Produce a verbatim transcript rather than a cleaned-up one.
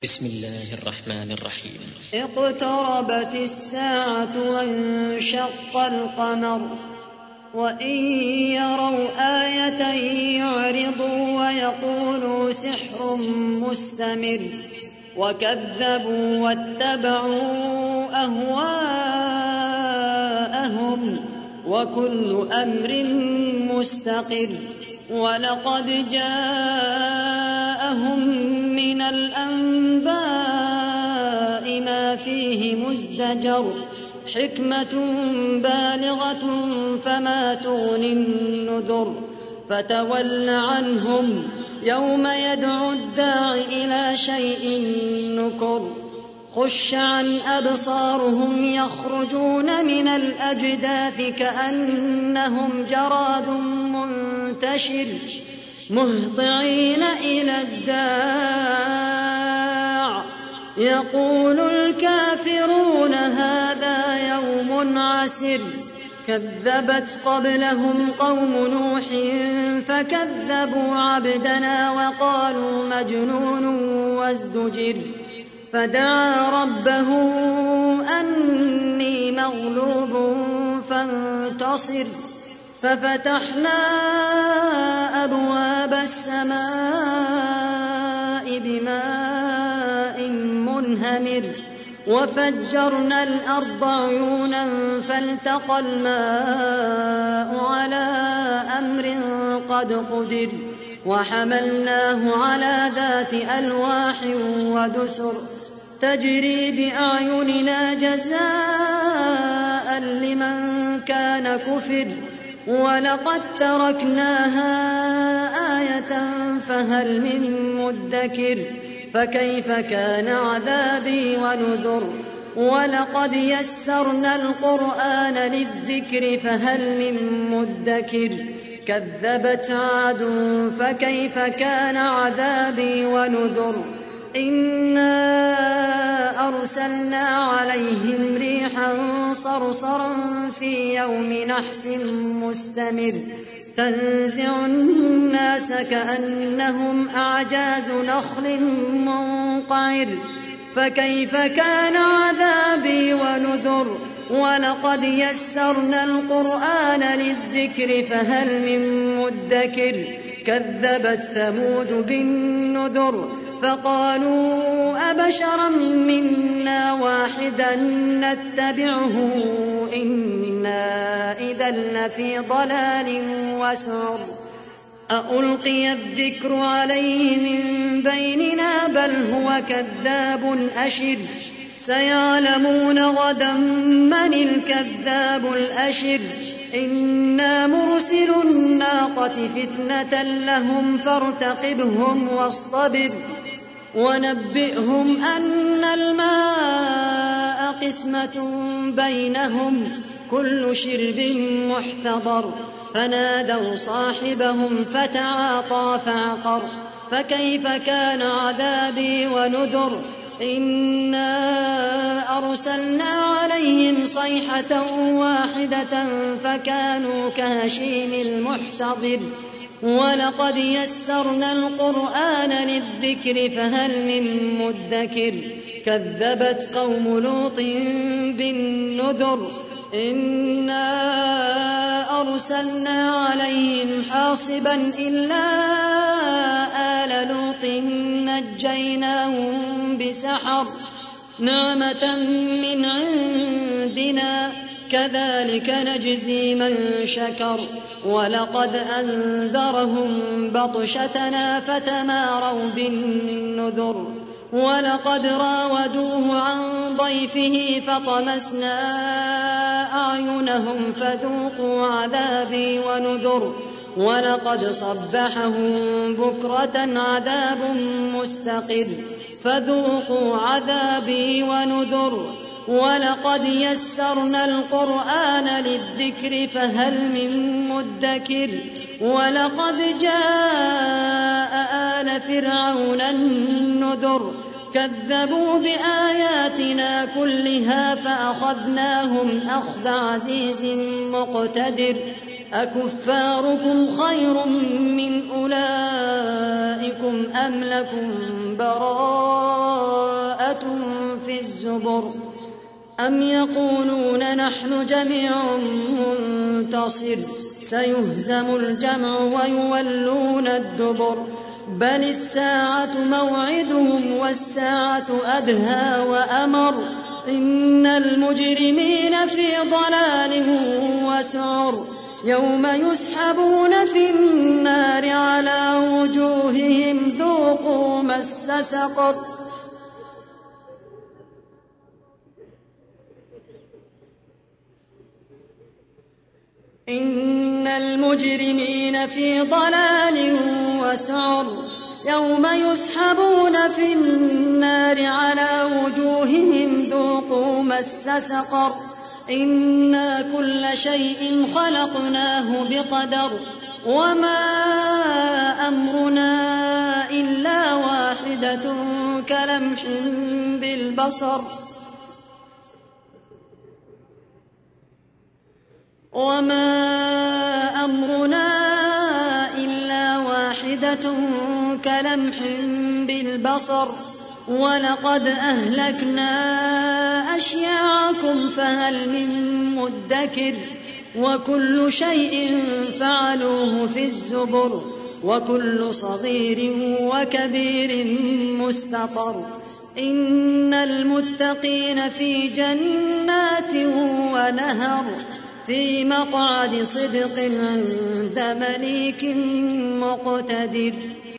بسم الله الرحمن الرحيم. اقتربت الساعة وانشق القمر وإن يروا آية يعرضوا ويقولوا سحر مستمر وكذبوا واتبعوا أهواءهم وكل أمر مستقر. ولقد جاءهم من الأنباء ما فيه مزدجر حكمة بالغة فما تغني النذر. فتول عنهم يوم يدعو الداع إلى شيء نكر. خش عن أبصارهم يخرجون من الأجداث كأنهم جراد منتشر مهطعين إلى الداع يقول الكافرون هذا يوم عسر. كذبت قبلهم قوم نوح فكذبوا عبدنا وقالوا مجنون وازدجر. فدعا ربه أني مغلوب فانتصر. ففتحنا أبواب السماء بماء منهمر وفجرنا الأرض عيونا فالتقى الماء على أمر قد قدر. وحملناه على ذات ألواح ودسر تجري بأعيننا جزاء لمن كان كفر. ولقد تركناها آية فهل من مدكر. فكيف كان عذابي ونذر. ولقد يسرنا القرآن للذكر فهل من مدكر. كذبت عاد فكيف كان عذابي ونذر. إنا أرسلنا عليهم ريحا صرصرا في يوم نحس مستمر تنزع الناس كأنهم أعجاز نخل منقعر. فكيف كان عذابي ونذر. ولقد يسرنا القرآن للذكر فهل من مدكر. كذبت ثمود بالنذر فقالوا أبشرا منا واحدا نتبعه إنا إذا لفي ضلال وسعر. أألقي الذكر عليه من بيننا بل هو كذاب أشر. سيعلمون غدا من الكذاب الأشر. إنا مرسل الناقة فتنة لهم فارتقبهم واصطبر. ونبئهم أن الماء قسمة بينهم كل شرب محتضر. فنادوا صاحبهم فتعاطى فعقر. فكيف كان عذابي ونذر. إنا أرسلنا عليهم صيحة واحدة فكانوا كهشيم المحتضر. ولقد يسرنا القرآن للذكر فهل من مدكر. كذبت قوم لوط بالنذر. إنا أرسلنا عليهم حاصبا إلا آل لوط نجيناهم بسحر نعمة من عندنا كذلك نجزي من شكر. ولقد أنذرهم بطشتنا فتماروا بالنذر. ولقد راودوه عن ضيفه فطمسنا أعينهم فذوقوا عذابي ونذر. ولقد صبحهم بكرة عذاب مستقر فذوقوا عذابي ونذر. ولقد يسرنا القرآن للذكر فهل من مدكر. ولقد جاء آل فرعون النذر. كذبوا بآياتنا كلها فأخذناهم أخذ عزيز مقتدر. أكفاركم خير من أولئكم أم لكم براءة آيات في الزبر أم يقولون نحن جميع منتصر سيهزم الجمع ويولون الدبر بل الساعة موعدهم والساعة أدهى وأمر إن المجرمين في ضلال وسعر يوم يسحبون في النار على وجوههم ذوقوا مس سقر إن المجرمين في ضلال وسعر يوم يسحبون في النار على وجوههم ذوقوا مس سقر إنا كل شيء خلقناه بقدر وما أمرنا إلا واحدة كلمح بالبصر وما أمرنا إلا واحدة كلمح بالبصر ولقد أهلكنا أشياعكم فهل من مدكر وكل شيء فعلوه في الزبر وكل صغير وكبير مستطر إن المتقين في جنات ونهر في مقعد صدق عند مليك مقتدر.